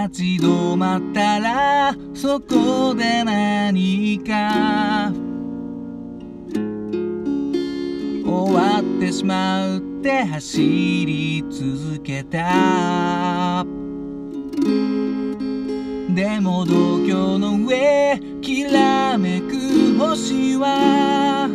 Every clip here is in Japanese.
立ち止まったらそこで何か終わってしまうって走り続けた。でも東京の上きらめく星は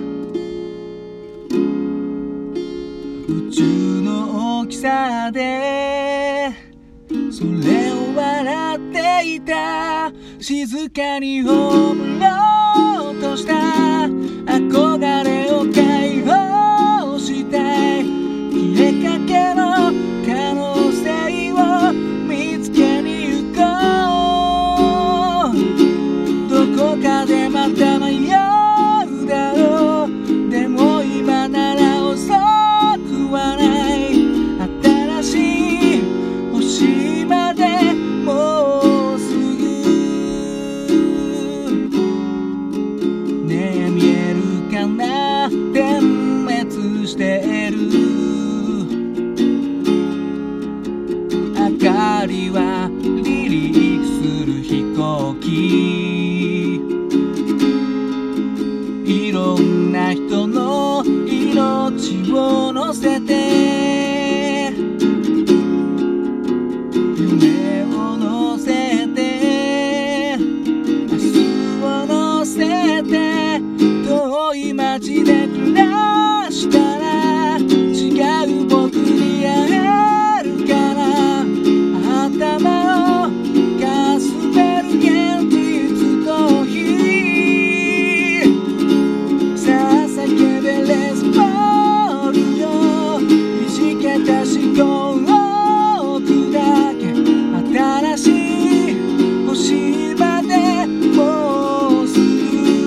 宇宙の大きさでそれを笑っていた。静かに葬ろうとした憧れを解放したい。消えかけの可能性を見つけに行こう。どこかでまた迷うだろう。でも今なら遅くはない。新しい星までもうすぐ。ねえ見えるかな、点滅してる明かりは離陸する飛行機。いろんな人の命を乗せて夢を乗せて明日を乗せて遠い街で暮らしたら違う僕に会えるかな。頭をかすめる現実逃避。さあ叫べレスポールよ。いじけた思考を砕け新しい星までもうすぐ。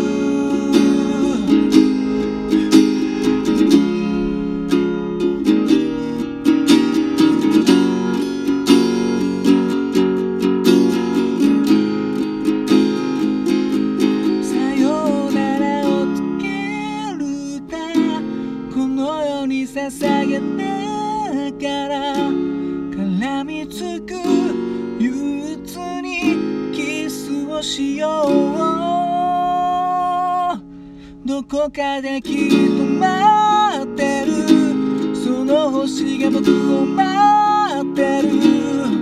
さよならを告げる歌この世に捧げながら絡みつく憂鬱にキスをしよう。どこかできっと待ってる。その星が僕を待ってる。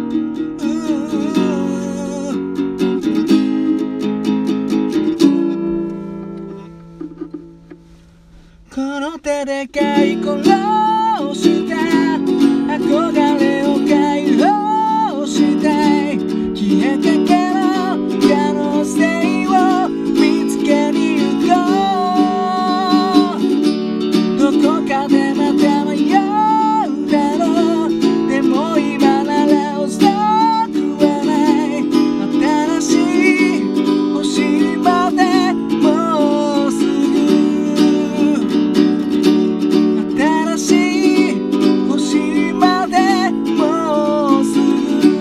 この手で買い殺した憧れを解放したい。消えかけの可能性を見つけに行こう。どこかでまた迷うだろう。でも今なら遅くはない。新しい星までもうすぐ。新しい星までもうすぐ。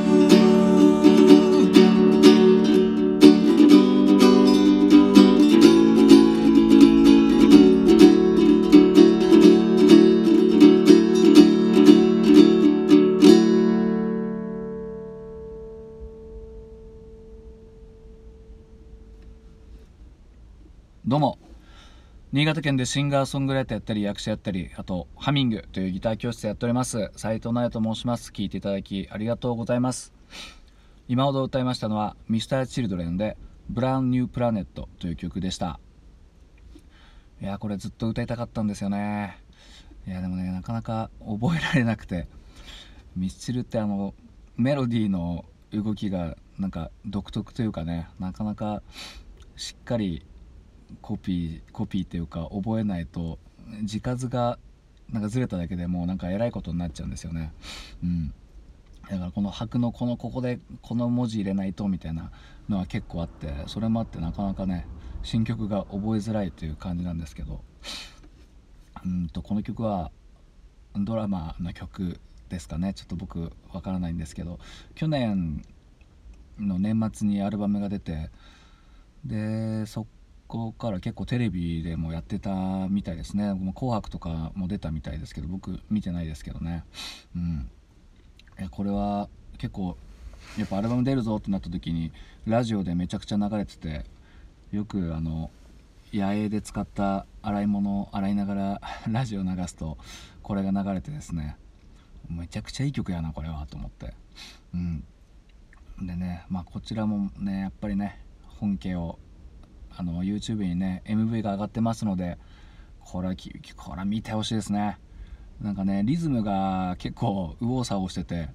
どうも、新潟県でシンガーソングライターやったり役者やったり、あとハミングというギター教室やっております斉藤直也と申します。聴いていただきありがとうございます。今ほど歌いましたのは Mr.Children でブランニュープラネットという曲でした。いやこれずっと歌いたかったんですよね。いやでもねなかなか覚えられなくて、ミスチルってメロディーの動きがなんか独特というかね、なかなかしっかりコピーっていうか覚えないと字数がなんかずれただけでもうなんかえらいことになっちゃうんですよね。だからこの拍のここでこの文字入れないとみたいなのは結構あって、それもあってなかなかね新曲が覚えづらいという感じなんですけど、この曲はドラマの曲ですかね。ちょっと僕わからないんですけど、去年の年末にアルバムが出て、でそこから結構テレビでもやってたみたいですね。紅白とかも出たみたいですけど僕見てないですけどね。これは結構やっぱアルバム出るぞってなった時にラジオでめちゃくちゃ流れてて、よく野営で使った洗い物を洗いながらラジオ流すとこれが流れてですね、めちゃくちゃいい曲やなこれはと思って、でね、こちらもねやっぱりね本家をYouTube にね MV が上がってますので、これは見てほしいですね。なんかねリズムが結構右往左往してて、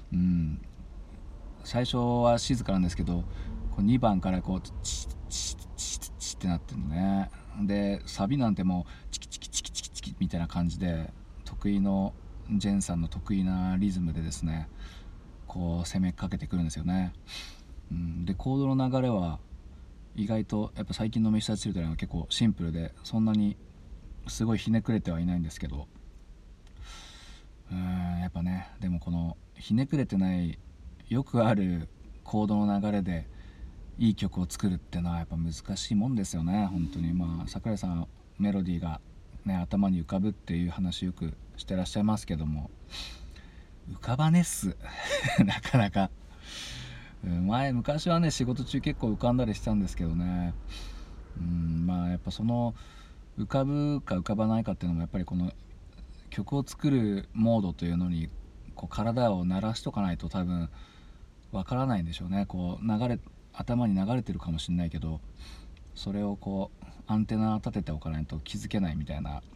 最初は静かなんですけど、こう2番からこうチッチッチッチッチッってなってるのね。でサビなんてもうチキチキチキチキチキみたいな感じで、ジェンさんの得意なリズムでですね、こう攻めかけてくるんですよね。でコードの流れは意外とやっぱ最近のMr.Childrenは結構シンプルで、そんなにすごいひねくれてはいないんですけど、やっぱね、でもこのひねくれてないよくあるコードの流れでいい曲を作るってのはやっぱ難しいもんですよね本当に。桜井さんメロディーがね頭に浮かぶっていう話よくしてらっしゃいますけども、浮かばねっすなかなか。昔はね仕事中結構浮かんだりしたんですけどね、やっぱその浮かぶか浮かばないかっていうのもやっぱりこの曲を作るモードというのにこう体を慣らしとかないと多分わからないんでしょうね。こう頭に流れてるかもしれないけど、それをこうアンテナ立てておかないと気づけないみたいな、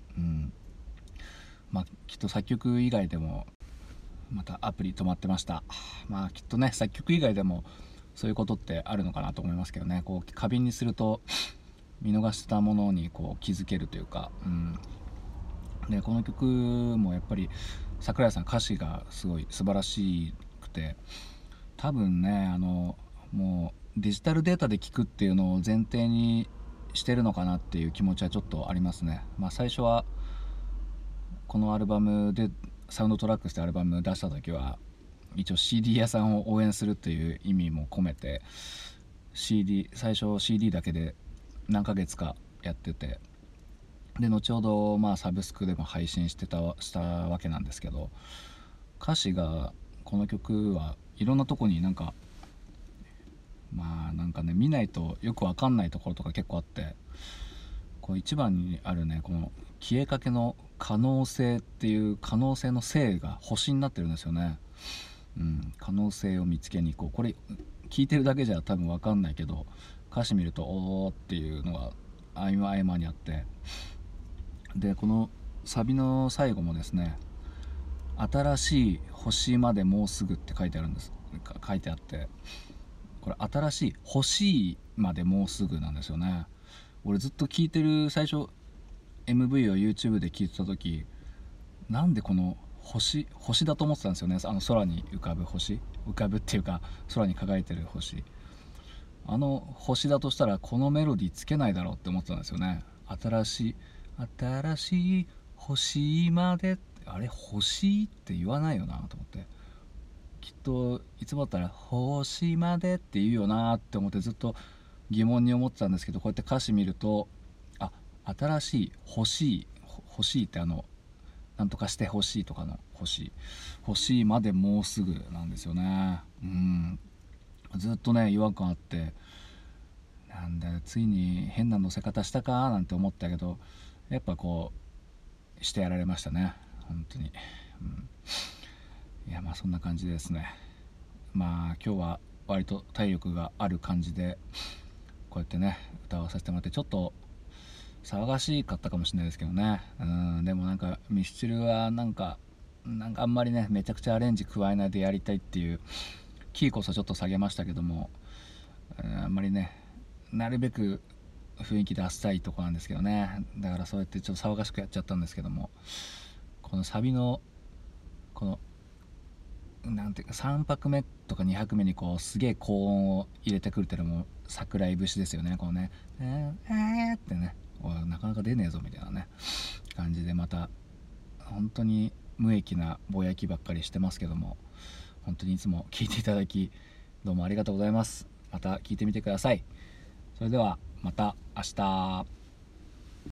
きっと作曲以外でもまたアプリ止まってました。きっとね作曲以外でもそういうことってあるのかなと思いますけどね。こう過敏にすると見逃したものにこう気づけるというか、でこの曲もやっぱり桜井さん歌詞がすごい素晴らしくて、多分ねもうデジタルデータで聴くっていうのを前提にしてるのかなっていう気持ちはちょっとありますね。最初はこのアルバムでサウンドトラックしてアルバム出した時は一応 CD 屋さんを応援するっていう意味も込めて最初 CD だけで何ヶ月かやってて、で後ほどサブスクでも配信したわけなんですけど、歌詞がこの曲はいろんなとこになんかね見ないとよく分かんないところとか結構あって、こう一番にあるねこの消えかけの可能性っていう可能性の性が星になってるんですよね。可能性を見つけに行こう。これ聞いてるだけじゃ多分分かんないけど、歌詞見るとおーっていうのが合間にあって、でこのサビの最後もですね、新しい星までもうすぐって書いてあって、これ新しい星までもうすぐなんですよね。俺ずっと聞いてる最初 MV を YouTube で聞いてた時、なんでこの星だと思ってたんですよね。空に浮かぶ星、浮かぶっていうか空に輝いてる星、星だとしたらこのメロディーつけないだろうって思ってたんですよね。新しい星まで、あれ星って言わないよなと思って、きっといつもだったら星までって言うよなって思ってずっと疑問に思ってたんですけど、こうやって歌詞見ると新しい欲しいってなんとかしてほしいとかの欲しいまでもうすぐなんですよね。ずっとね違和感あって、なんだよついに変な乗せ方したかなんて思ったけど、やっぱこうしてやられましたね本当に。いやそんな感じでですね、今日は割と体力がある感じでこうやってね歌わさせてもらって、ちょっと騒がしかったかもしれないですけどね。でもなんかミスチルはなんかあんまりねめちゃくちゃアレンジ加えないでやりたいっていうキーこそちょっと下げましたけども、あんまりねなるべく雰囲気出したいとこなんですけどね。だからそうやってちょっと騒がしくやっちゃったんですけども、このサビのこのなんていうか3拍目とか2拍目にこうすげえ高音を入れてくるっていうのも桜井節ですよね。このねってね、なかなか出ねえぞみたいなね感じで、また本当に無益なぼやきばっかりしてますけども、本当にいつも聞いていただきどうもありがとうございます。また聞いてみてください。それではまた明日。